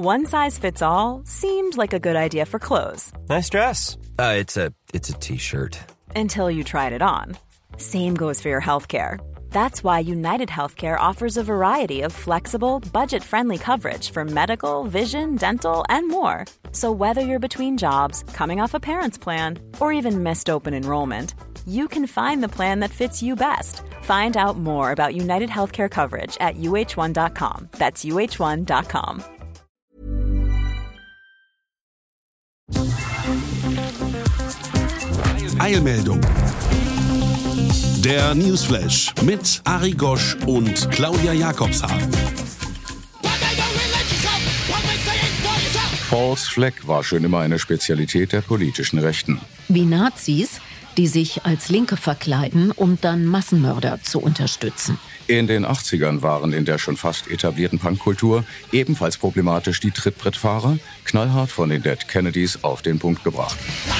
One size fits all seemed like a good idea for clothes. Nice dress. It's a t-shirt. Until you tried it on. Same goes for your healthcare. That's why United Healthcare offers a variety of flexible, budget-friendly coverage for medical, vision, dental, and more. So whether you're between jobs, coming off a parent's plan, or even missed open enrollment, you can find the plan that fits you best. Find out more about United Healthcare coverage at uh1.com. That's uh1.com. Eilmeldung. Der Newsflash mit Ari Gosch und Claudia Jakobshagen. False Flag war schon immer eine Spezialität der politischen Rechten. Wie Nazis, die sich als Linke verkleiden, um dann Massenmörder zu unterstützen. In den 80ern waren in der schon fast etablierten Punkkultur ebenfalls problematisch die Trittbrettfahrer, knallhart von den Dead Kennedys auf den Punkt gebracht.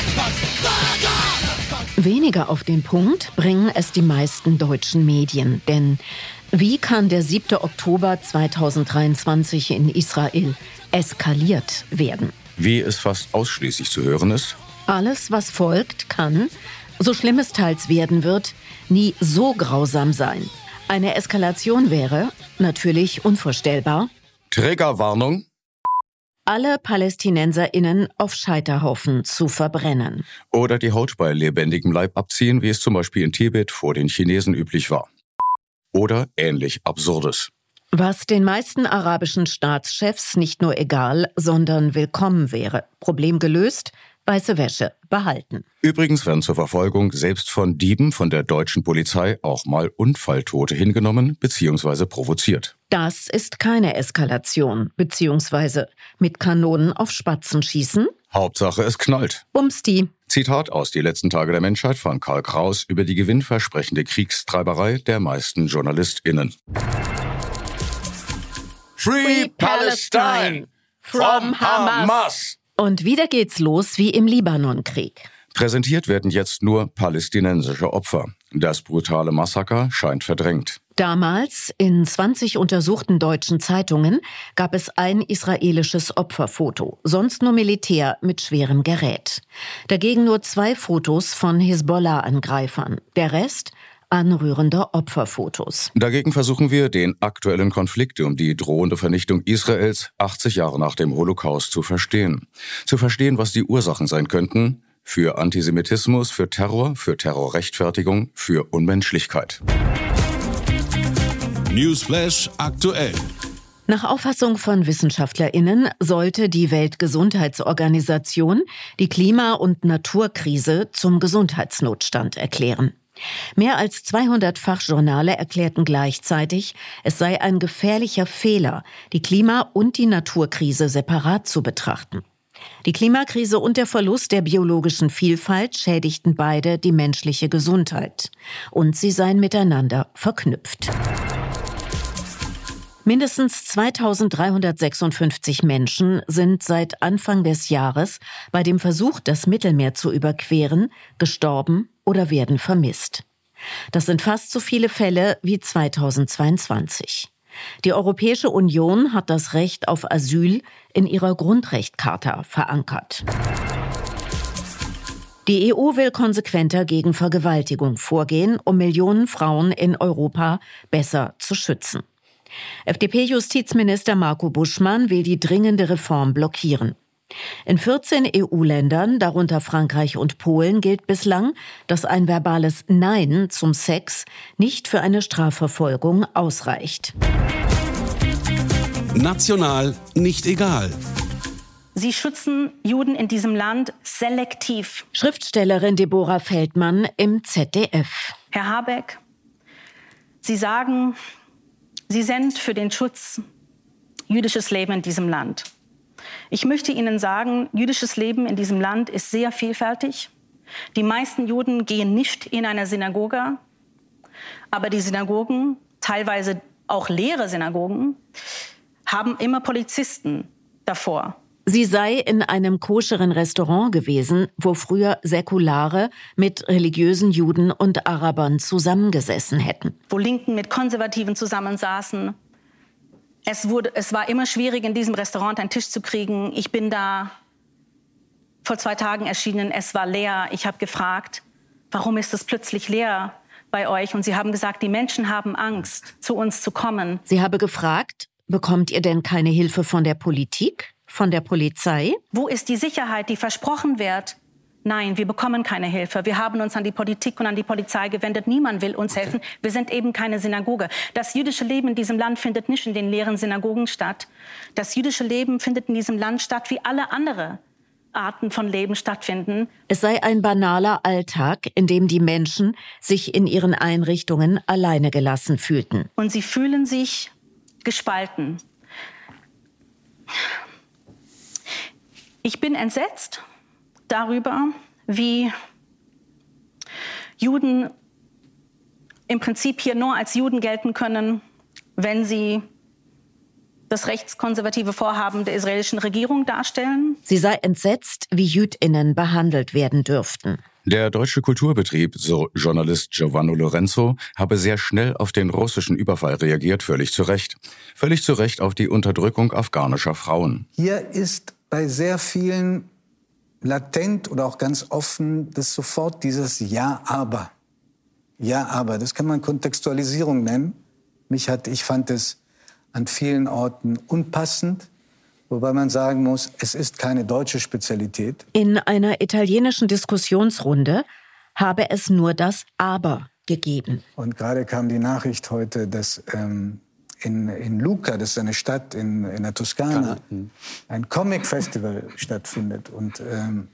Weniger auf den Punkt bringen es die meisten deutschen Medien. Denn wie kann der 7. Oktober 2023 in Israel eskaliert werden? Wie es fast ausschließlich zu hören ist. Alles, was folgt, kann, so schlimm es teils werden wird, nie so grausam sein. Eine Eskalation wäre natürlich unvorstellbar. Triggerwarnung. Alle PalästinenserInnen auf Scheiterhaufen zu verbrennen. Oder die Haut bei lebendigem Leib abziehen, wie es zum Beispiel in Tibet vor den Chinesen üblich war. Oder ähnlich Absurdes. Was den meisten arabischen Staatschefs nicht nur egal, sondern willkommen wäre. Problem gelöst, weiße Wäsche behalten. Übrigens werden zur Verfolgung selbst von Dieben von der deutschen Polizei auch mal Unfalltote hingenommen bzw. provoziert. Das ist keine Eskalation, beziehungsweise mit Kanonen auf Spatzen schießen. Hauptsache es knallt. Bumsti. Zitat aus Die letzten Tage der Menschheit von Karl Kraus über die gewinnversprechende Kriegstreiberei der meisten JournalistInnen. Free Palestine from Hamas. Und wieder geht's los wie im Libanonkrieg. Präsentiert werden jetzt nur palästinensische Opfer. Das brutale Massaker scheint verdrängt. Damals, in 20 untersuchten deutschen Zeitungen, gab es ein israelisches Opferfoto, sonst nur Militär mit schwerem Gerät. Dagegen nur 2 Fotos von Hisbollah-Angreifern. Der Rest anrührende Opferfotos. Dagegen versuchen wir, den aktuellen Konflikt um die drohende Vernichtung Israels 80 Jahre nach dem Holocaust zu verstehen. Zu verstehen, was die Ursachen sein könnten für Antisemitismus, für Terror, für Terrorrechtfertigung, für Unmenschlichkeit. Newsflash aktuell. Nach Auffassung von WissenschaftlerInnen sollte die Weltgesundheitsorganisation die Klima- und Naturkrise zum Gesundheitsnotstand erklären. Mehr als 200 Fachjournale erklärten gleichzeitig, es sei ein gefährlicher Fehler, die Klima- und die Naturkrise separat zu betrachten. Die Klimakrise und der Verlust der biologischen Vielfalt schädigten beide die menschliche Gesundheit. Und sie seien miteinander verknüpft. Mindestens 2356 Menschen sind seit Anfang des Jahres bei dem Versuch, das Mittelmeer zu überqueren, gestorben oder werden vermisst. Das sind fast so viele Fälle wie 2022. Die Europäische Union hat das Recht auf Asyl in ihrer Grundrechtecharta verankert. Die EU will konsequenter gegen Vergewaltigung vorgehen, um Millionen Frauen in Europa besser zu schützen. FDP-Justizminister Marco Buschmann will die dringende Reform blockieren. In 14 EU-Ländern, darunter Frankreich und Polen, gilt bislang, dass ein verbales Nein zum Sex nicht für eine Strafverfolgung ausreicht. National nicht egal. Sie schützen Juden in diesem Land selektiv. Schriftstellerin Deborah Feldmann im ZDF. Herr Habeck, Sie sagen, Sie sind für den Schutz jüdisches Leben in diesem Land. Ich möchte Ihnen sagen, jüdisches Leben in diesem Land ist sehr vielfältig. Die meisten Juden gehen nicht in eine Synagoge, aber die Synagogen, teilweise auch leere Synagogen, haben immer Polizisten davor. Sie sei in einem koscheren Restaurant gewesen, wo früher Säkulare mit religiösen Juden und Arabern zusammengesessen hätten. Wo Linken mit Konservativen zusammensaßen, Es war immer schwierig, in diesem Restaurant einen Tisch zu kriegen. Ich bin da vor 2 Tagen erschienen. Es war leer. Ich habe gefragt, warum ist es plötzlich leer bei euch? Und sie haben gesagt, die Menschen haben Angst, zu uns zu kommen. Sie habe gefragt, bekommt ihr denn keine Hilfe von der Politik, von der Polizei? Wo ist die Sicherheit, die versprochen wird? Nein, wir bekommen keine Hilfe. Wir haben uns an die Politik und an die Polizei gewendet. Niemand will uns helfen. Wir sind eben keine Synagoge. Das jüdische Leben in diesem Land findet nicht in den leeren Synagogen statt. Das jüdische Leben findet in diesem Land statt, wie alle andere Arten von Leben stattfinden. Es sei ein banaler Alltag, in dem die Menschen sich in ihren Einrichtungen alleine gelassen fühlten. Und sie fühlen sich gespalten. Ich bin entsetzt darüber, wie Juden im Prinzip hier nur als Juden gelten können, wenn sie das rechtskonservative Vorhaben der israelischen Regierung darstellen. Sie sei entsetzt, wie JüdInnen behandelt werden dürften. Der deutsche Kulturbetrieb, so Journalist Giovanni Lorenzo, habe sehr schnell auf den russischen Überfall reagiert, völlig zu Recht. Völlig zu Recht auf die Unterdrückung afghanischer Frauen. Hier ist bei sehr vielen latent oder auch ganz offen das sofort dieses Ja, aber. Ja, aber. Das kann man Kontextualisierung nennen. Ich fand es an vielen Orten unpassend, wobei man sagen muss, es ist keine deutsche Spezialität. In einer italienischen Diskussionsrunde habe es nur das Aber gegeben. Und gerade kam die Nachricht heute, dass in Lucca, das ist eine Stadt in der Toskana, ein Comic-Festival stattfindet. Und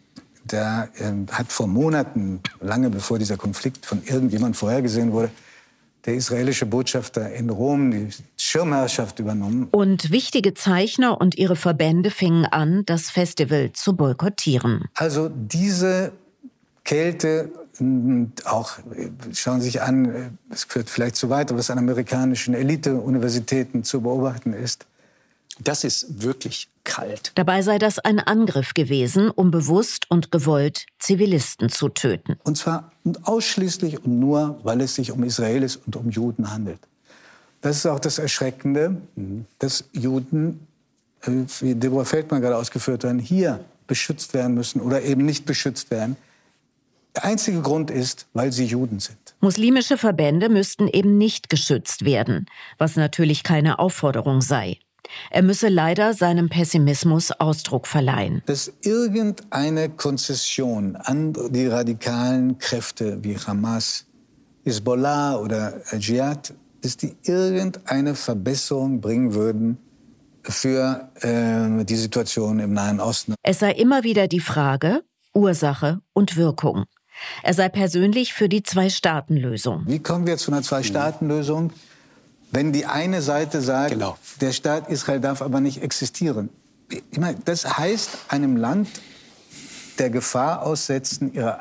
da hat vor Monaten, lange bevor dieser Konflikt von irgendjemand vorhergesehen wurde, der israelische Botschafter in Rom die Schirmherrschaft übernommen. Und wichtige Zeichner und ihre Verbände fingen an, das Festival zu boykottieren. Also diese Kälte, auch schauen Sie sich an, es führt vielleicht zu weit, was an amerikanischen Elite-Universitäten zu beobachten ist. Das ist wirklich kalt. Dabei sei das ein Angriff gewesen, um bewusst und gewollt Zivilisten zu töten. Und zwar ausschließlich und nur, weil es sich um Israelis und um Juden handelt. Das ist auch das Erschreckende, dass Juden, wie Deborah Feldmann gerade ausgeführt hat, hier beschützt werden müssen oder eben nicht beschützt werden. Der einzige Grund ist, weil sie Juden sind. Muslimische Verbände müssten eben nicht geschützt werden, was natürlich keine Aufforderung sei. Er müsse leider seinem Pessimismus Ausdruck verleihen. Dass irgendeine Konzession an die radikalen Kräfte wie Hamas, Hisbollah oder Dschihad, dass die irgendeine Verbesserung bringen würden für die Situation im Nahen Osten. Es sei immer wieder die Frage, Ursache und Wirkung. Er sei persönlich für die Zwei-Staaten-Lösung. Wie kommen wir zu einer Zwei-Staaten-Lösung, wenn die eine Seite sagt, der Staat Israel darf aber nicht existieren? Ich meine, das heißt, einem Land der Gefahr aussetzen, seiner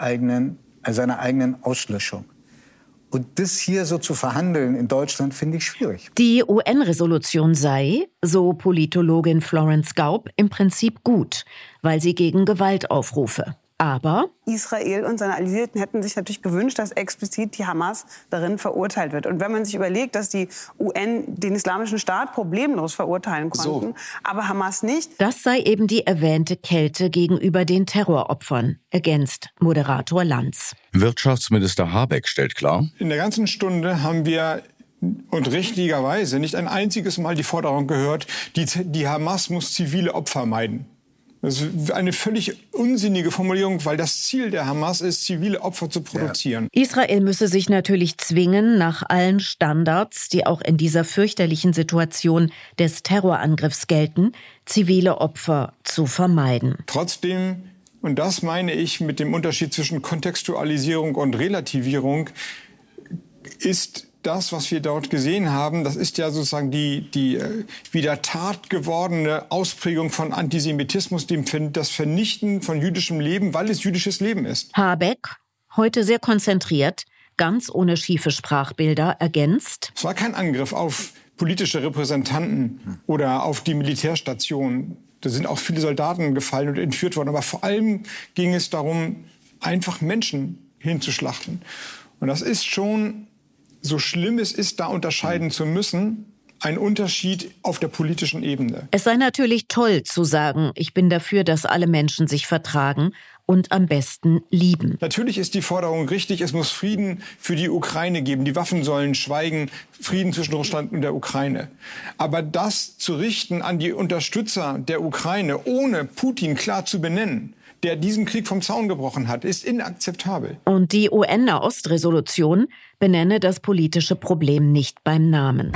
eigenen Auslöschung. Und das hier so zu verhandeln in Deutschland, finde ich schwierig. Die UN-Resolution sei, so Politologin Florence Gaub, im Prinzip gut, weil sie gegen Gewalt aufrufe. Aber Israel und seine Alliierten hätten sich natürlich gewünscht, dass explizit die Hamas darin verurteilt wird. Und wenn man sich überlegt, dass die UN den Islamischen Staat problemlos verurteilen konnten, aber Hamas nicht. Das sei eben die erwähnte Kälte gegenüber den Terroropfern, ergänzt Moderator Lanz. Wirtschaftsminister Habeck stellt klar: In der ganzen Stunde haben wir und richtigerweise nicht ein einziges Mal die Forderung gehört, die Hamas muss zivile Opfer meiden. Das ist eine völlig unsinnige Formulierung, weil das Ziel der Hamas ist, zivile Opfer zu produzieren. Israel müsse sich natürlich zwingen, nach allen Standards, die auch in dieser fürchterlichen Situation des Terrorangriffs gelten, zivile Opfer zu vermeiden. Trotzdem, und das meine ich mit dem Unterschied zwischen Kontextualisierung und Relativierung, ist das, was wir dort gesehen haben, das ist ja sozusagen die wieder Tat gewordene Ausprägung von Antisemitismus, das Vernichten von jüdischem Leben, weil es jüdisches Leben ist. Habeck, heute sehr konzentriert, ganz ohne schiefe Sprachbilder, ergänzt: Es war kein Angriff auf politische Repräsentanten oder auf die Militärstation. Da sind auch viele Soldaten gefallen und entführt worden. Aber vor allem ging es darum, einfach Menschen hinzuschlachten. Und das ist schon, so schlimm es ist, da unterscheiden zu müssen, ein Unterschied auf der politischen Ebene. Es sei natürlich toll zu sagen, ich bin dafür, dass alle Menschen sich vertragen und am besten lieben. Natürlich ist die Forderung richtig, es muss Frieden für die Ukraine geben. Die Waffen sollen schweigen, Frieden zwischen Russland und der Ukraine. Aber das zu richten an die Unterstützer der Ukraine, ohne Putin klar zu benennen, der diesen Krieg vom Zaun gebrochen hat, ist inakzeptabel. Und die UN-Nahostresolution benenne das politische Problem nicht beim Namen.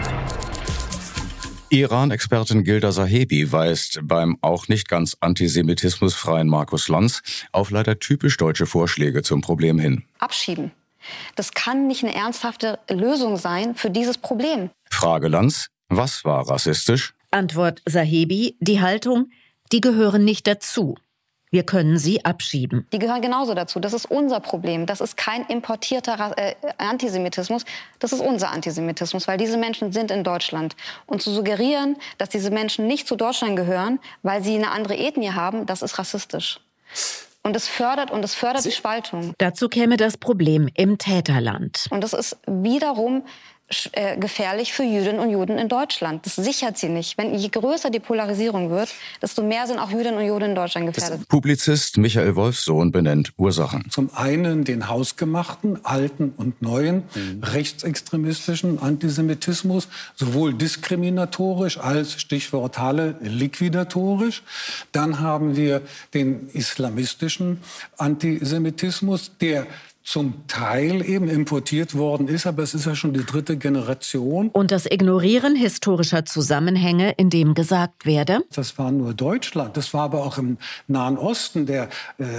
Iran-Expertin Gilda Sahebi weist beim auch nicht ganz antisemitismusfreien Markus Lanz auf leider typisch deutsche Vorschläge zum Problem hin. Abschieben. Das kann nicht eine ernsthafte Lösung sein für dieses Problem. Frage Lanz, was war rassistisch? Antwort Sahebi, die Haltung, die gehören nicht dazu. Wir können sie abschieben. Die gehören genauso dazu. Das ist unser Problem. Das ist kein importierter Antisemitismus. Das ist unser Antisemitismus, weil diese Menschen sind in Deutschland. Und zu suggerieren, dass diese Menschen nicht zu Deutschland gehören, weil sie eine andere Ethnie haben, das ist rassistisch. Und es fördert die Spaltung. Dazu käme das Problem im Täterland. Und das ist wiederum gefährlich für Jüdinnen und Juden in Deutschland. Das sichert sie nicht. Je größer die Polarisierung wird, desto mehr sind auch Jüdinnen und Juden in Deutschland gefährdet. Publizist Michael Wolfsohn benennt Ursachen. Zum einen den hausgemachten, alten und neuen, rechtsextremistischen Antisemitismus, sowohl diskriminatorisch als, Stichwort Halle, liquidatorisch. Dann haben wir den islamistischen Antisemitismus, der zum Teil eben importiert worden ist, aber es ist ja schon die dritte Generation. Und das Ignorieren historischer Zusammenhänge, in dem gesagt werde: Das war nur Deutschland, das war aber auch im Nahen Osten. Der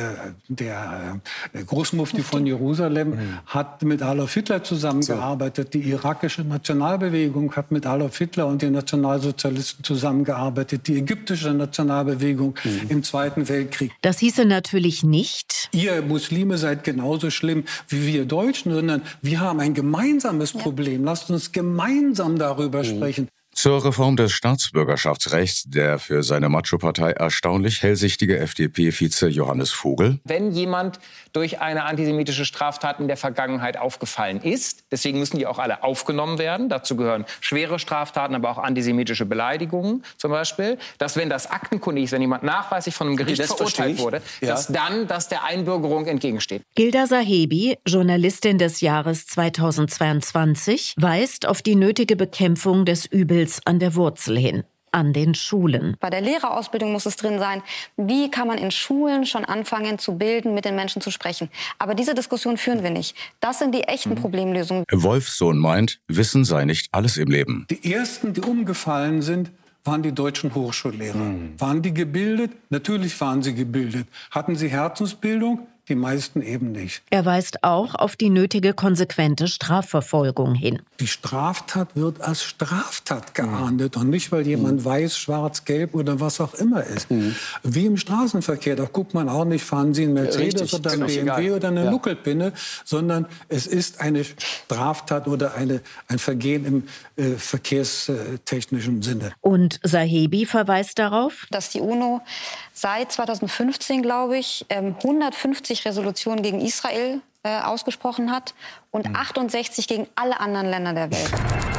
Großmufti von Jerusalem hat mit Adolf Hitler zusammengearbeitet. Die irakische Nationalbewegung hat mit Adolf Hitler und den Nationalsozialisten zusammengearbeitet. Die ägyptische Nationalbewegung im Zweiten Weltkrieg. Das hieße natürlich nicht: Ihr Muslime seid genauso schlimm wie wir Deutschen, sondern wir haben ein gemeinsames Problem. Lasst uns gemeinsam darüber sprechen. Zur Reform des Staatsbürgerschaftsrechts der für seine Macho-Partei erstaunlich hellsichtige FDP-Vize Johannes Vogel. Wenn jemand durch eine antisemitische Straftat in der Vergangenheit aufgefallen ist, deswegen müssen die auch alle aufgenommen werden, dazu gehören schwere Straftaten, aber auch antisemitische Beleidigungen zum Beispiel, dass wenn das aktenkundig ist, wenn jemand nachweislich von einem Gericht verurteilt wurde, dass dann das der Einbürgerung entgegensteht. Gilda Sahebi, Journalistin des Jahres 2022, weist auf die nötige Bekämpfung des Übels an der Wurzel hin, an den Schulen. Bei der Lehrerausbildung muss es drin sein, wie kann man in Schulen schon anfangen zu bilden, mit den Menschen zu sprechen. Aber diese Diskussion führen wir nicht. Das sind die echten Problemlösungen. Wolfsohn meint, Wissen sei nicht alles im Leben. Die ersten, die umgefallen sind, waren die deutschen Hochschullehrer. Waren die gebildet? Natürlich waren sie gebildet. Hatten sie Herzensbildung? Die meisten eben nicht. Er weist auch auf die nötige konsequente Strafverfolgung hin. Die Straftat wird als Straftat geahndet und nicht, weil jemand weiß, schwarz, gelb oder was auch immer ist. Wie im Straßenverkehr, da guckt man auch nicht, fahren Sie einen Mercedes oder einen BMW oder eine Nuckelpinne, sondern es ist eine Straftat oder ein Vergehen im verkehrstechnischen Sinne. Und Sahebi verweist darauf, dass die UNO seit 2015, glaube ich, 150 Resolutionen gegen Israel ausgesprochen hat und 68 gegen alle anderen Länder der Welt.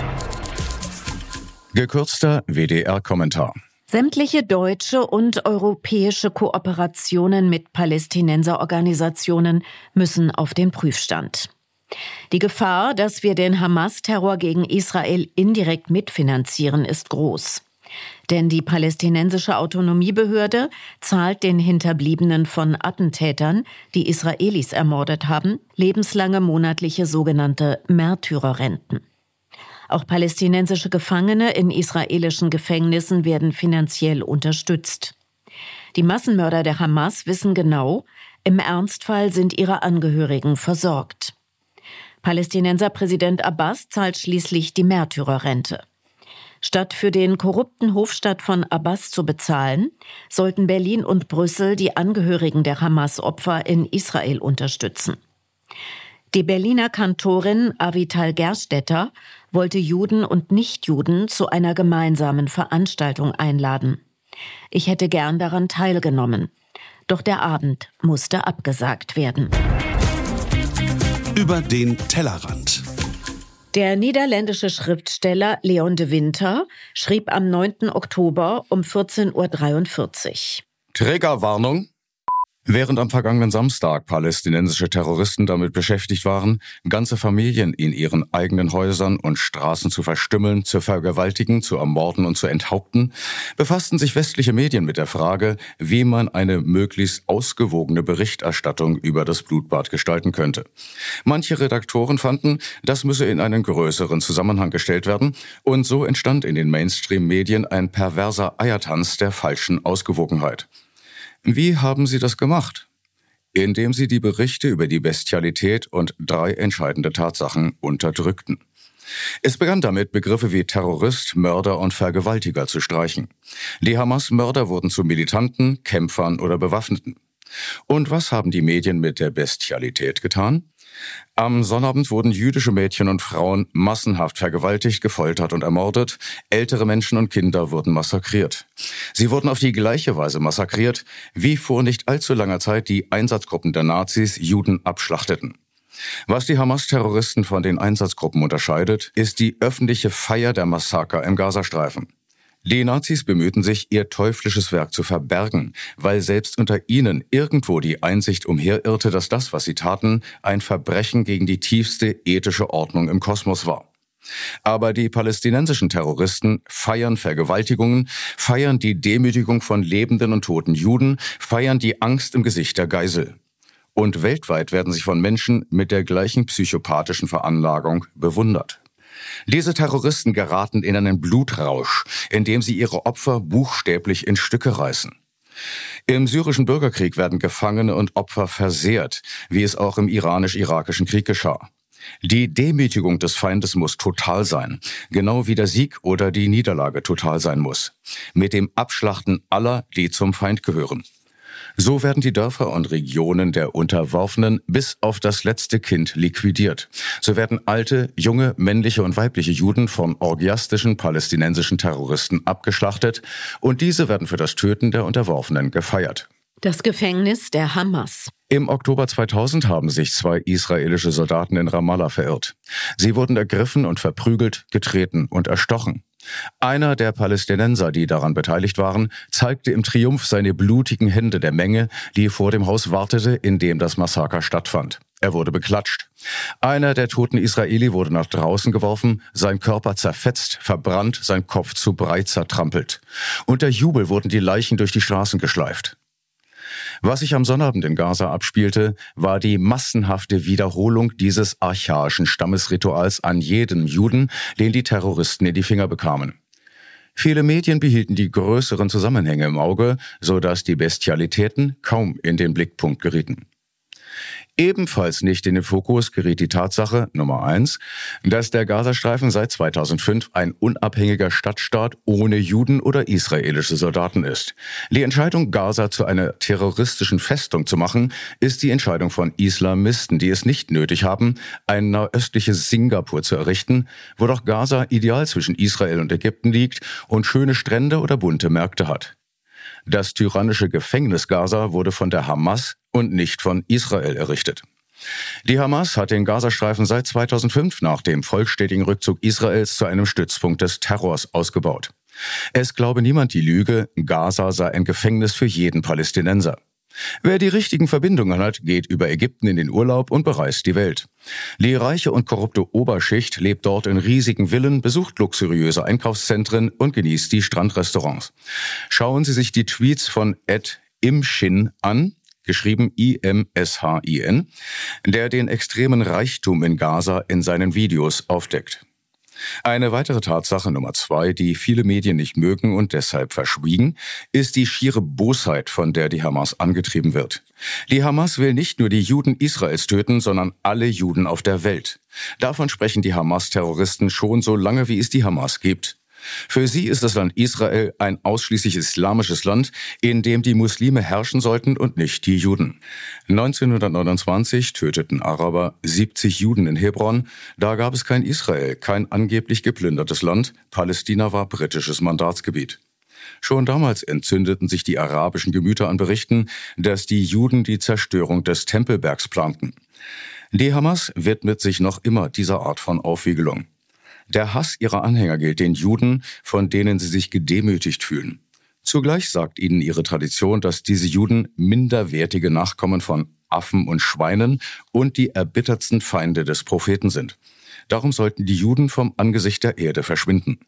Gekürzter WDR-Kommentar. Sämtliche deutsche und europäische Kooperationen mit Palästinenserorganisationen müssen auf den Prüfstand. Die Gefahr, dass wir den Hamas-Terror gegen Israel indirekt mitfinanzieren, ist groß. Denn die palästinensische Autonomiebehörde zahlt den Hinterbliebenen von Attentätern, die Israelis ermordet haben, lebenslange monatliche sogenannte Märtyrerrenten. Auch palästinensische Gefangene in israelischen Gefängnissen werden finanziell unterstützt. Die Massenmörder der Hamas wissen genau, im Ernstfall sind ihre Angehörigen versorgt. Palästinenserpräsident Abbas zahlt schließlich die Märtyrerrente. Statt für den korrupten Hofstaat von Abbas zu bezahlen, sollten Berlin und Brüssel die Angehörigen der Hamas-Opfer in Israel unterstützen. Die Berliner Kantorin Avital Gerstetter wollte Juden und Nichtjuden zu einer gemeinsamen Veranstaltung einladen. Ich hätte gern daran teilgenommen. Doch der Abend musste abgesagt werden. Über den Tellerrand. Der niederländische Schriftsteller Leon de Winter schrieb am 9. Oktober um 14:43 Uhr. Trägerwarnung. Während am vergangenen Samstag palästinensische Terroristen damit beschäftigt waren, ganze Familien in ihren eigenen Häusern und Straßen zu verstümmeln, zu vergewaltigen, zu ermorden und zu enthaupten, befassten sich westliche Medien mit der Frage, wie man eine möglichst ausgewogene Berichterstattung über das Blutbad gestalten könnte. Manche Redaktoren fanden, das müsse in einen größeren Zusammenhang gestellt werden, und so entstand in den Mainstream-Medien ein perverser Eiertanz der falschen Ausgewogenheit. Wie haben sie das gemacht? Indem sie die Berichte über die Bestialität und 3 entscheidende Tatsachen unterdrückten. Es begann damit, Begriffe wie Terrorist, Mörder und Vergewaltiger zu streichen. Die Hamas-Mörder wurden zu Militanten, Kämpfern oder Bewaffneten. Und was haben die Medien mit der Bestialität getan? Am Sonnabend wurden jüdische Mädchen und Frauen massenhaft vergewaltigt, gefoltert und ermordet. Ältere Menschen und Kinder wurden massakriert. Sie wurden auf die gleiche Weise massakriert, wie vor nicht allzu langer Zeit die Einsatzgruppen der Nazis Juden abschlachteten. Was die Hamas-Terroristen von den Einsatzgruppen unterscheidet, ist die öffentliche Feier der Massaker im Gazastreifen. Die Nazis bemühten sich, ihr teuflisches Werk zu verbergen, weil selbst unter ihnen irgendwo die Einsicht umherirrte, dass das, was sie taten, ein Verbrechen gegen die tiefste ethische Ordnung im Kosmos war. Aber die palästinensischen Terroristen feiern Vergewaltigungen, feiern die Demütigung von lebenden und toten Juden, feiern die Angst im Gesicht der Geisel. Und weltweit werden sie von Menschen mit der gleichen psychopathischen Veranlagung bewundert. Diese Terroristen geraten in einen Blutrausch, in dem sie ihre Opfer buchstäblich in Stücke reißen. Im syrischen Bürgerkrieg werden Gefangene und Opfer versehrt, wie es auch im iranisch-irakischen Krieg geschah. Die Demütigung des Feindes muss total sein, genau wie der Sieg oder die Niederlage total sein muss, mit dem Abschlachten aller, die zum Feind gehören. So werden die Dörfer und Regionen der Unterworfenen bis auf das letzte Kind liquidiert. So werden alte, junge, männliche und weibliche Juden von orgiastischen palästinensischen Terroristen abgeschlachtet und diese werden für das Töten der Unterworfenen gefeiert. Das Gefängnis der Hamas. Im Oktober 2000 haben sich 2 israelische Soldaten in Ramallah verirrt. Sie wurden ergriffen und verprügelt, getreten und erstochen. Einer der Palästinenser, die daran beteiligt waren, zeigte im Triumph seine blutigen Hände der Menge, die vor dem Haus wartete, in dem das Massaker stattfand. Er wurde beklatscht. Einer der toten Israeli wurde nach draußen geworfen, sein Körper zerfetzt, verbrannt, sein Kopf zu Brei zertrampelt. Unter Jubel wurden die Leichen durch die Straßen geschleift. Was sich am Sonnabend in Gaza abspielte, war die massenhafte Wiederholung dieses archaischen Stammesrituals an jedem Juden, den die Terroristen in die Finger bekamen. Viele Medien behielten die größeren Zusammenhänge im Auge, sodass die Bestialitäten kaum in den Blickpunkt gerieten. Ebenfalls nicht in den Fokus geriet die Tatsache, Nummer 1, dass der Gazastreifen seit 2005 ein unabhängiger Stadtstaat ohne Juden oder israelische Soldaten ist. Die Entscheidung, Gaza zu einer terroristischen Festung zu machen, ist die Entscheidung von Islamisten, die es nicht nötig haben, ein nahöstliches Singapur zu errichten, wo doch Gaza ideal zwischen Israel und Ägypten liegt und schöne Strände oder bunte Märkte hat. Das tyrannische Gefängnis Gaza wurde von der Hamas und nicht von Israel errichtet. Die Hamas hat den Gazastreifen seit 2005 nach dem vollständigen Rückzug Israels zu einem Stützpunkt des Terrors ausgebaut. Es glaube niemand die Lüge, Gaza sei ein Gefängnis für jeden Palästinenser. Wer die richtigen Verbindungen hat, geht über Ägypten in den Urlaub und bereist die Welt. Die reiche und korrupte Oberschicht lebt dort in riesigen Villen, besucht luxuriöse Einkaufszentren und genießt die Strandrestaurants. Schauen Sie sich die Tweets von @imshin an, geschrieben IMSHIN, der den extremen Reichtum in Gaza in seinen Videos aufdeckt. Eine weitere Tatsache, Nummer 2, die viele Medien nicht mögen und deshalb verschwiegen, ist die schiere Bosheit, von der die Hamas angetrieben wird. Die Hamas will nicht nur die Juden Israels töten, sondern alle Juden auf der Welt. Davon sprechen die Hamas-Terroristen schon so lange, wie es die Hamas gibt. Für sie ist das Land Israel ein ausschließlich islamisches Land, in dem die Muslime herrschen sollten und nicht die Juden. 1929 töteten Araber 70 Juden in Hebron. Da gab es kein Israel, kein angeblich geplündertes Land. Palästina war britisches Mandatsgebiet. Schon damals entzündeten sich die arabischen Gemüter an Berichten, dass die Juden die Zerstörung des Tempelbergs planten. Die Hamas widmet sich noch immer dieser Art von Aufwiegelung. Der Hass ihrer Anhänger gilt den Juden, von denen sie sich gedemütigt fühlen. Zugleich sagt ihnen ihre Tradition, dass diese Juden minderwertige Nachkommen von Affen und Schweinen und die erbittertsten Feinde des Propheten sind. Darum sollten die Juden vom Angesicht der Erde verschwinden.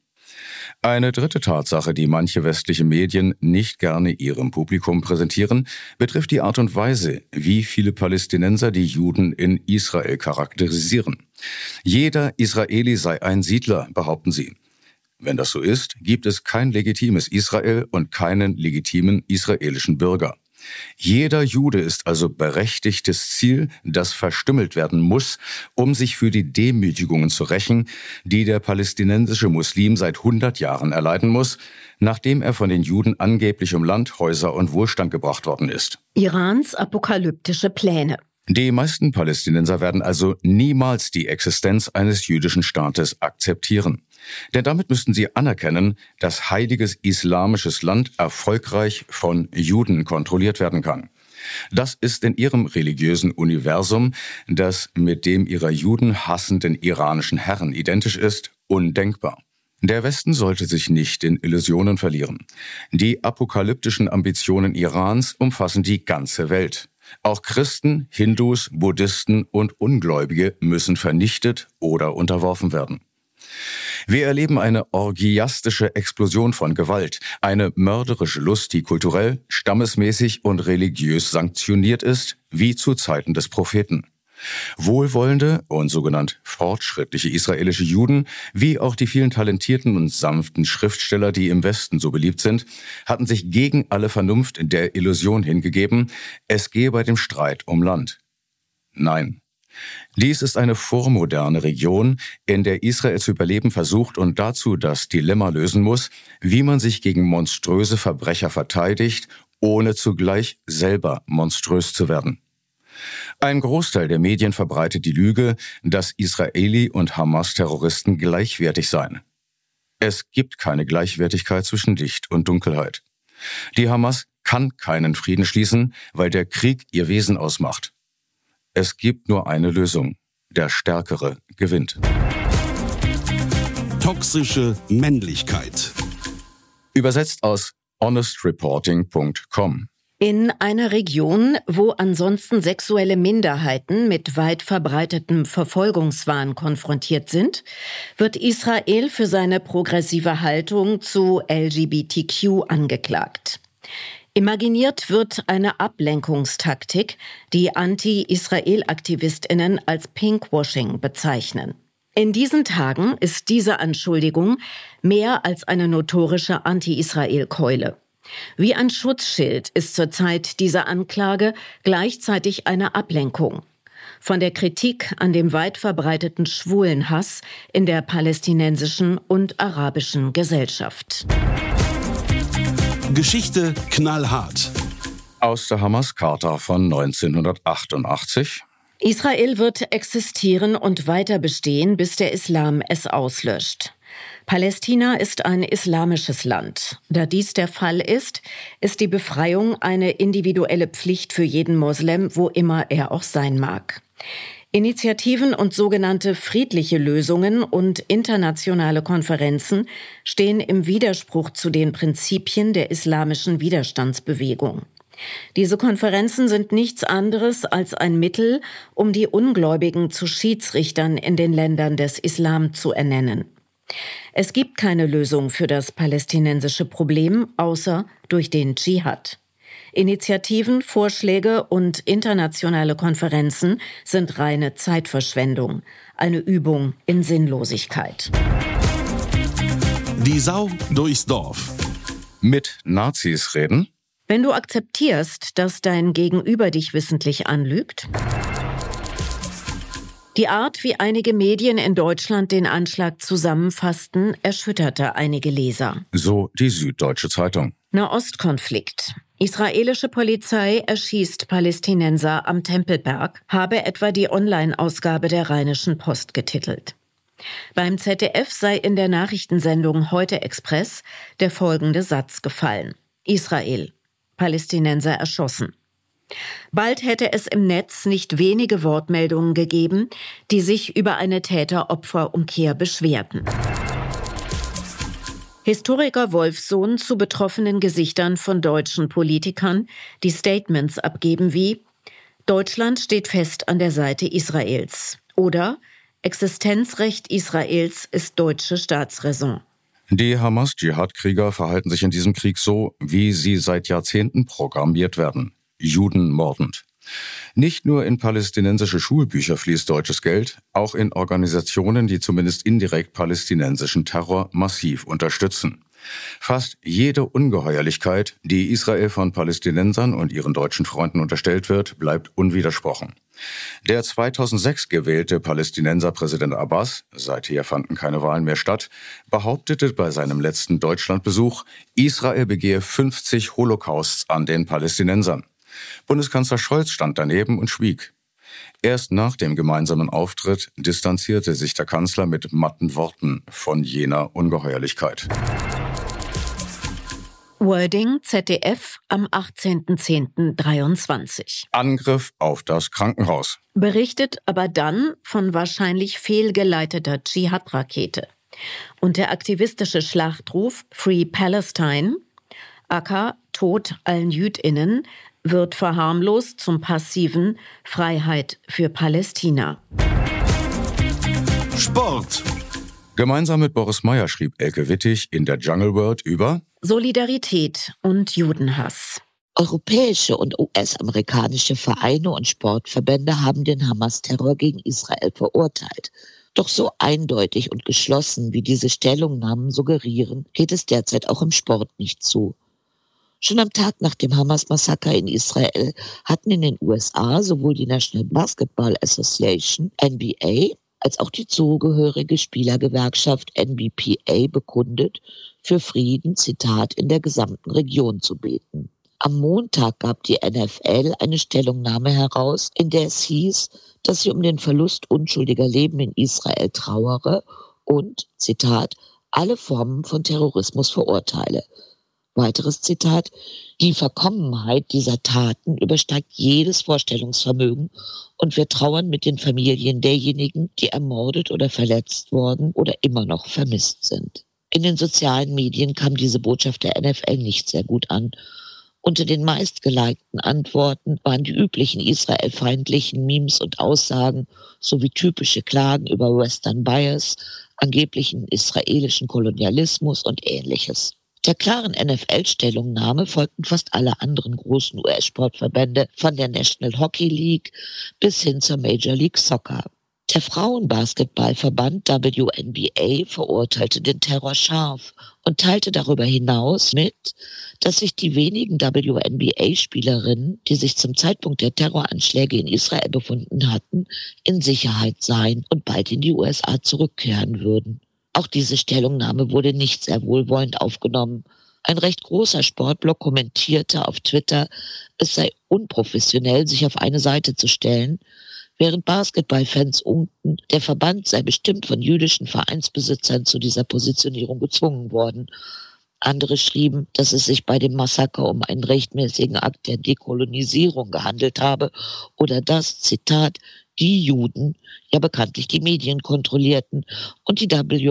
Eine dritte Tatsache, die manche westliche Medien nicht gerne ihrem Publikum präsentieren, betrifft die Art und Weise, wie viele Palästinenser die Juden in Israel charakterisieren. Jeder Israeli sei ein Siedler, behaupten sie. Wenn das so ist, gibt es kein legitimes Israel und keinen legitimen israelischen Bürger. Jeder Jude ist also berechtigtes Ziel, das verstümmelt werden muss, um sich für die Demütigungen zu rächen, die der palästinensische Muslim seit 100 Jahren erleiden muss, nachdem er von den Juden angeblich um Land, Häuser und Wohlstand gebracht worden ist. Irans apokalyptische Pläne. Die meisten Palästinenser werden also niemals die Existenz eines jüdischen Staates akzeptieren. Denn damit müssten sie anerkennen, dass heiliges islamisches Land erfolgreich von Juden kontrolliert werden kann. Das ist in ihrem religiösen Universum, das mit dem ihrer Juden hassenden iranischen Herren identisch ist, undenkbar. Der Westen sollte sich nicht in Illusionen verlieren. Die apokalyptischen Ambitionen Irans umfassen die ganze Welt. Auch Christen, Hindus, Buddhisten und Ungläubige müssen vernichtet oder unterworfen werden. Wir erleben eine orgiastische Explosion von Gewalt, eine mörderische Lust, die kulturell, stammesmäßig und religiös sanktioniert ist, wie zu Zeiten des Propheten. Wohlwollende und sogenannt fortschrittliche israelische Juden, wie auch die vielen talentierten und sanften Schriftsteller, die im Westen so beliebt sind, hatten sich gegen alle Vernunft der Illusion hingegeben, es gehe bei dem Streit um Land. Nein. Dies ist eine vormoderne Region, in der Israel zu überleben versucht und dazu das Dilemma lösen muss, wie man sich gegen monströse Verbrecher verteidigt, ohne zugleich selber monströs zu werden. Ein Großteil der Medien verbreitet die Lüge, dass Israeli- und Hamas-Terroristen gleichwertig seien. Es gibt keine Gleichwertigkeit zwischen Licht und Dunkelheit. Die Hamas kann keinen Frieden schließen, weil der Krieg ihr Wesen ausmacht. Es gibt nur eine Lösung. Der Stärkere gewinnt. Toxische Männlichkeit. Übersetzt aus honestreporting.com. In einer Region, wo ansonsten sexuelle Minderheiten mit weit verbreitetem Verfolgungswahn konfrontiert sind, wird Israel für seine progressive Haltung zu LGBTQ angeklagt. Imaginiert wird eine Ablenkungstaktik, die Anti-Israel-AktivistInnen als Pinkwashing bezeichnen. In diesen Tagen ist diese Anschuldigung mehr als eine notorische Anti-Israel-Keule. Wie ein Schutzschild ist zurzeit diese Anklage gleichzeitig eine Ablenkung von der Kritik an dem weit verbreiteten Schwulenhass in der palästinensischen und arabischen Gesellschaft. Geschichte knallhart. Aus der Hamas-Charta von 1988. Israel wird existieren und weiter bestehen, bis der Islam es auslöscht. Palästina ist ein islamisches Land. Da dies der Fall ist, ist die Befreiung eine individuelle Pflicht für jeden Moslem, wo immer er auch sein mag. Initiativen und sogenannte friedliche Lösungen und internationale Konferenzen stehen im Widerspruch zu den Prinzipien der islamischen Widerstandsbewegung. Diese Konferenzen sind nichts anderes als ein Mittel, um die Ungläubigen zu Schiedsrichtern in den Ländern des Islam zu ernennen. Es gibt keine Lösung für das palästinensische Problem, außer durch den Dschihad. Initiativen, Vorschläge und internationale Konferenzen sind reine Zeitverschwendung, eine Übung in Sinnlosigkeit. Die Sau durchs Dorf. Mit Nazis reden? Wenn du akzeptierst, dass dein Gegenüber dich wissentlich anlügt? Die Art, wie einige Medien in Deutschland den Anschlag zusammenfassten, erschütterte einige Leser. So die Süddeutsche Zeitung. Nahostkonflikt. Israelische Polizei erschießt Palästinenser am Tempelberg, habe etwa die Online-Ausgabe der Rheinischen Post getitelt. Beim ZDF sei in der Nachrichtensendung Heute Express der folgende Satz gefallen. Israel. Palästinenser erschossen. Bald hätte es im Netz nicht wenige Wortmeldungen gegeben, die sich über eine Täter-Opfer-Umkehr beschwerten. Historiker Wolfsohn zu betroffenen Gesichtern von deutschen Politikern, die Statements abgeben wie Deutschland steht fest an der Seite Israels oder Existenzrecht Israels ist deutsche Staatsräson. Die Hamas-Dschihad-Krieger verhalten sich in diesem Krieg so, wie sie seit Jahrzehnten programmiert werden. Juden mordend. Nicht nur in palästinensische Schulbücher fließt deutsches Geld, auch in Organisationen, die zumindest indirekt palästinensischen Terror massiv unterstützen. Fast jede Ungeheuerlichkeit, die Israel von Palästinensern und ihren deutschen Freunden unterstellt wird, bleibt unwidersprochen. Der 2006 gewählte Palästinenser-Präsident Abbas, seither fanden keine Wahlen mehr statt, behauptete bei seinem letzten Deutschlandbesuch, Israel begehe 50 Holocausts an den Palästinensern. Bundeskanzler Scholz stand daneben und schwieg. Erst nach dem gemeinsamen Auftritt distanzierte sich der Kanzler mit matten Worten von jener Ungeheuerlichkeit. Wording ZDF am 18.10.23. Angriff auf das Krankenhaus. Berichtet aber dann von wahrscheinlich fehlgeleiteter Dschihad-Rakete. Und der aktivistische Schlachtruf Free Palestine, aka Tod allen JüdInnen, wird verharmlost zum passiven Freiheit für Palästina. Sport. Gemeinsam mit Boris Meyer schrieb Elke Wittig in der Jungle World über Solidarität und Judenhass. Europäische und US-amerikanische Vereine und Sportverbände haben den Hamas-Terror gegen Israel verurteilt. Doch so eindeutig und geschlossen, wie diese Stellungnahmen suggerieren, geht es derzeit auch im Sport nicht zu. Schon am Tag nach dem Hamas-Massaker in Israel hatten in den USA sowohl die National Basketball Association, NBA, als auch die zugehörige Spielergewerkschaft NBPA bekundet, für Frieden, Zitat, in der gesamten Region zu beten. Am Montag gab die NFL eine Stellungnahme heraus, in der es hieß, dass sie um den Verlust unschuldiger Leben in Israel trauere und, Zitat, alle Formen von Terrorismus verurteile. Weiteres Zitat: Die Verkommenheit dieser Taten übersteigt jedes Vorstellungsvermögen und wir trauern mit den Familien derjenigen, die ermordet oder verletzt worden oder immer noch vermisst sind. In den sozialen Medien kam diese Botschaft der NFL nicht sehr gut an. Unter den meistgelikten Antworten waren die üblichen israelfeindlichen Memes und Aussagen sowie typische Klagen über Western Bias, angeblichen israelischen Kolonialismus und Ähnliches. Der klaren NFL-Stellungnahme folgten fast alle anderen großen US-Sportverbände, von der National Hockey League bis hin zur Major League Soccer. Der Frauenbasketballverband WNBA verurteilte den Terror scharf und teilte darüber hinaus mit, dass sich die wenigen WNBA-Spielerinnen, die sich zum Zeitpunkt der Terroranschläge in Israel befunden hatten, in Sicherheit seien und bald in die USA zurückkehren würden. Auch diese Stellungnahme wurde nicht sehr wohlwollend aufgenommen. Ein recht großer Sportblog kommentierte auf Twitter, es sei unprofessionell, sich auf eine Seite zu stellen, während Basketballfans unken, der Verband sei bestimmt von jüdischen Vereinsbesitzern zu dieser Positionierung gezwungen worden. Andere schrieben, dass es sich bei dem Massaker um einen rechtmäßigen Akt der Dekolonisierung gehandelt habe oder dass, Zitat, die Juden ja bekanntlich die Medien kontrollierten und die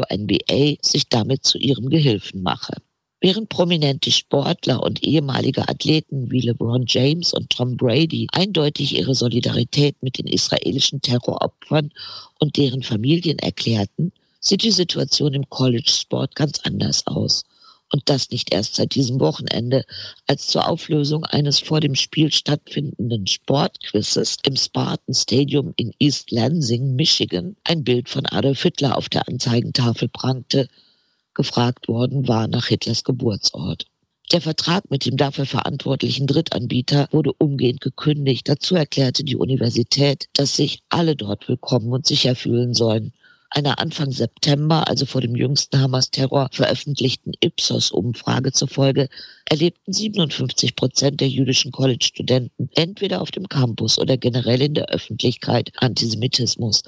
WNBA sich damit zu ihrem Gehilfen mache. Während prominente Sportler und ehemalige Athleten wie LeBron James und Tom Brady eindeutig ihre Solidarität mit den israelischen Terroropfern und deren Familien erklärten, sieht die Situation im College-Sport ganz anders aus. Und das nicht erst seit diesem Wochenende, als zur Auflösung eines vor dem Spiel stattfindenden Sportquizzes im Spartan Stadium in East Lansing, Michigan, ein Bild von Adolf Hitler auf der Anzeigentafel prangte, gefragt worden war nach Hitlers Geburtsort. Der Vertrag mit dem dafür verantwortlichen Drittanbieter wurde umgehend gekündigt. Dazu erklärte die Universität, dass sich alle dort willkommen und sicher fühlen sollen. Einer Anfang September, also vor dem jüngsten Hamas-Terror, veröffentlichten Ipsos-Umfrage zufolge erlebten 57% der jüdischen College-Studenten entweder auf dem Campus oder generell in der Öffentlichkeit Antisemitismus.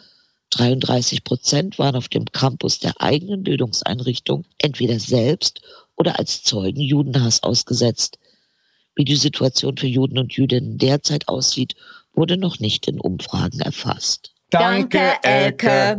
33% waren auf dem Campus der eigenen Bildungseinrichtung entweder selbst oder als Zeugen Judenhass ausgesetzt. Wie die Situation für Juden und Jüdinnen derzeit aussieht, wurde noch nicht in Umfragen erfasst. Danke, Elke.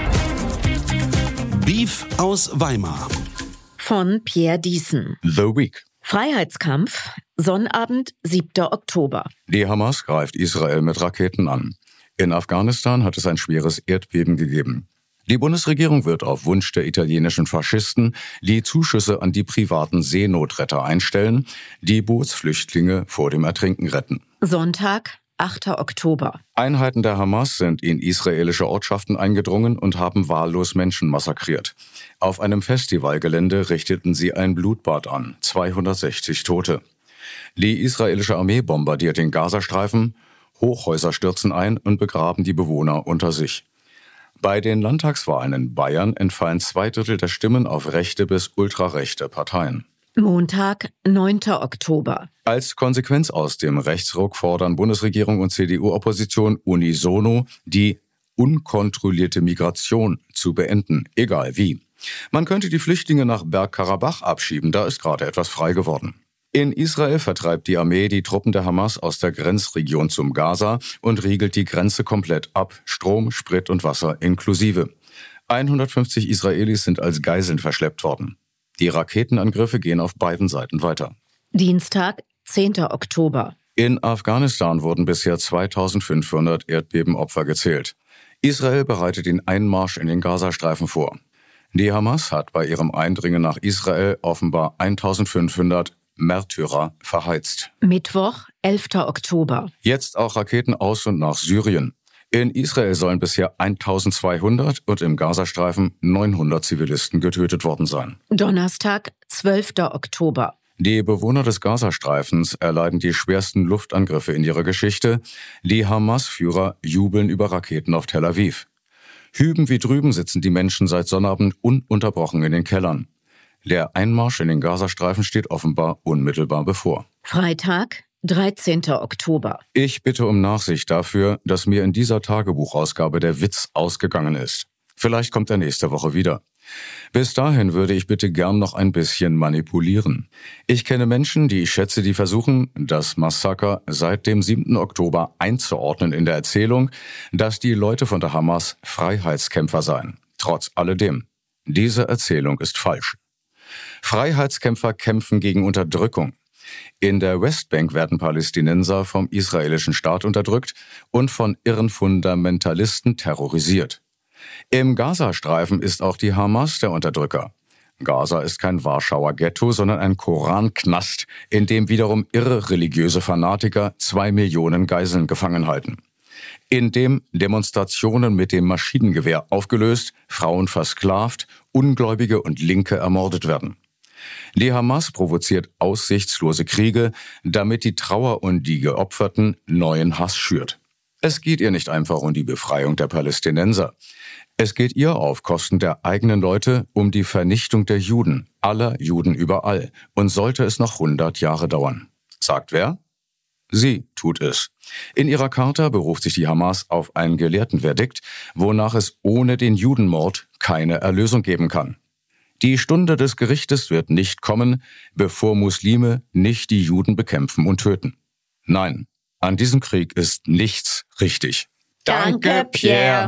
Beef aus Weimar. Von Pierre Diesen. The Week. Freiheitskampf, Sonnabend, 7. Oktober. Die Hamas greift Israel mit Raketen an. In Afghanistan hat es ein schweres Erdbeben gegeben. Die Bundesregierung wird auf Wunsch der italienischen Faschisten die Zuschüsse an die privaten Seenotretter einstellen, die Bootsflüchtlinge vor dem Ertrinken retten. Sonntag, 8. Oktober. Einheiten der Hamas sind in israelische Ortschaften eingedrungen und haben wahllos Menschen massakriert. Auf einem Festivalgelände richteten sie ein Blutbad an, 260 Tote. Die israelische Armee bombardiert den Gazastreifen, Hochhäuser stürzen ein und begraben die Bewohner unter sich. Bei den Landtagswahlen in Bayern entfallen 2/3 der Stimmen auf rechte bis ultrarechte Parteien. Montag, 9. Oktober. Als Konsequenz aus dem Rechtsruck fordern Bundesregierung und CDU-Opposition unisono, die unkontrollierte Migration zu beenden, egal wie. Man könnte die Flüchtlinge nach Bergkarabach abschieben, da ist gerade etwas frei geworden. In Israel vertreibt die Armee die Truppen der Hamas aus der Grenzregion zum Gaza und riegelt die Grenze komplett ab, Strom, Sprit und Wasser inklusive. 150 Israelis sind als Geiseln verschleppt worden. Die Raketenangriffe gehen auf beiden Seiten weiter. Dienstag, 10. Oktober. In Afghanistan wurden bisher 2500 Erdbebenopfer gezählt. Israel bereitet den Einmarsch in den Gazastreifen vor. Die Hamas hat bei ihrem Eindringen nach Israel offenbar 1500 Märtyrer verheizt. Mittwoch, 11. Oktober. Jetzt auch Raketen aus und nach Syrien. In Israel sollen bisher 1200 und im Gazastreifen 900 Zivilisten getötet worden sein. Donnerstag, 12. Oktober. Die Bewohner des Gazastreifens erleiden die schwersten Luftangriffe in ihrer Geschichte. Die Hamas-Führer jubeln über Raketen auf Tel Aviv. Hüben wie drüben sitzen die Menschen seit Sonnabend ununterbrochen in den Kellern. Der Einmarsch in den Gazastreifen steht offenbar unmittelbar bevor. Freitag, 13. Oktober. Ich bitte um Nachsicht dafür, dass mir in dieser Tagebuchausgabe der Witz ausgegangen ist. Vielleicht kommt er nächste Woche wieder. Bis dahin würde ich bitte gern noch ein bisschen manipulieren. Ich kenne Menschen, die ich schätze, die versuchen, das Massaker seit dem 7. Oktober einzuordnen in der Erzählung, dass die Leute von der Hamas Freiheitskämpfer seien. Trotz alledem. Diese Erzählung ist falsch. Freiheitskämpfer kämpfen gegen Unterdrückung. In der Westbank werden Palästinenser vom israelischen Staat unterdrückt und von irren Fundamentalisten terrorisiert. Im Gazastreifen ist auch die Hamas der Unterdrücker. Gaza ist kein Warschauer Ghetto, sondern ein Koranknast, in dem wiederum irre religiöse Fanatiker 2 Millionen Geiseln gefangen halten. In dem Demonstrationen mit dem Maschinengewehr aufgelöst, Frauen versklavt, Ungläubige und Linke ermordet werden. Die Hamas provoziert aussichtslose Kriege, damit die Trauer um die Geopferten neuen Hass schürt. Es geht ihr nicht einfach um die Befreiung der Palästinenser. Es geht ihr auf Kosten der eigenen Leute um die Vernichtung der Juden, aller Juden überall, und sollte es noch 100 Jahre dauern. Sagt wer? Sie tut es. In ihrer Charta beruft sich die Hamas auf ein Gelehrtenverdikt, wonach es ohne den Judenmord keine Erlösung geben kann. Die Stunde des Gerichtes wird nicht kommen, bevor Muslime nicht die Juden bekämpfen und töten. Nein, an diesem Krieg ist nichts richtig. Danke, Pierre.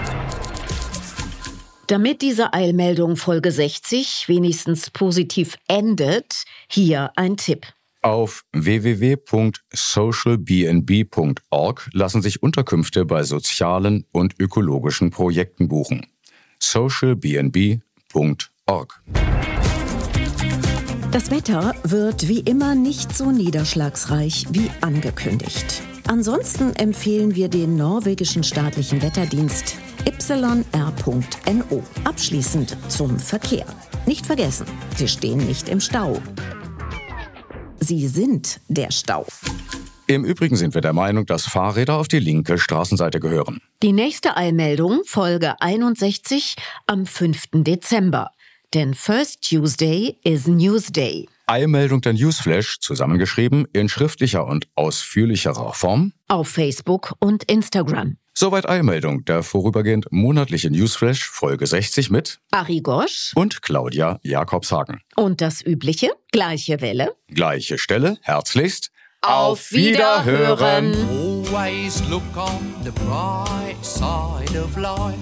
Damit diese Eilmeldung Folge 60 wenigstens positiv endet, hier ein Tipp. Auf www.socialbnb.org lassen sich Unterkünfte bei sozialen und ökologischen Projekten buchen. socialbnb.org. Das Wetter wird wie immer nicht so niederschlagsreich wie angekündigt. Ansonsten empfehlen wir den norwegischen staatlichen Wetterdienst yr.no. Abschließend zum Verkehr. Nicht vergessen, Sie stehen nicht im Stau. Sie sind der Stau. Im Übrigen sind wir der Meinung, dass Fahrräder auf die linke Straßenseite gehören. Die nächste Eilmeldung, Folge 61, am 5. Dezember. Denn First Tuesday is Newsday. Eilmeldung der Newsflash, zusammengeschrieben in schriftlicher und ausführlicherer Form. Auf Facebook und Instagram. Soweit Eilmeldung, der vorübergehend monatliche Newsflash Folge 60 mit Ari Gosch und Claudia Jakobshagen. Und das Übliche, gleiche Welle, gleiche Stelle, herzlichst auf Wiederhören. Always look on the bright side of life.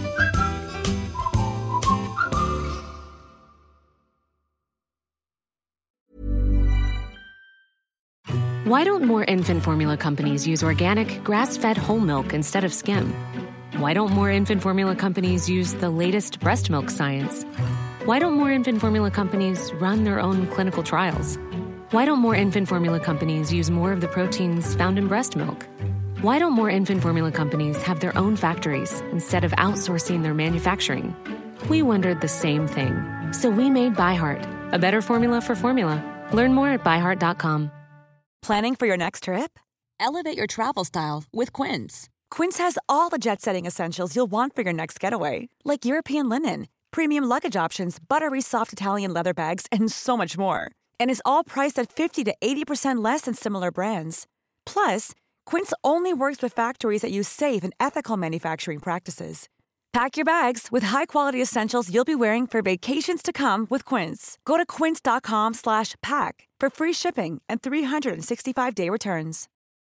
Why don't more infant formula companies use organic, grass-fed whole milk instead of skim? Why don't more infant formula companies use the latest breast milk science? Why don't more infant formula companies run their own clinical trials? Why don't more infant formula companies use more of the proteins found in breast milk? Why don't more infant formula companies have their own factories instead of outsourcing their manufacturing? We wondered the same thing. So we made ByHeart, a better formula for formula. Learn more at byheart.com. Planning for your next trip? Elevate your travel style with Quince. Quince has all the jet-setting essentials you'll want for your next getaway, like European linen, premium luggage options, buttery soft Italian leather bags, and so much more. And is all priced at 50 to 80% less than similar brands. Plus, Quince only works with factories that use safe and ethical manufacturing practices. Pack your bags with high-quality essentials you'll be wearing for vacations to come with Quince. Go to quince.com/pack for free shipping and 365-day returns.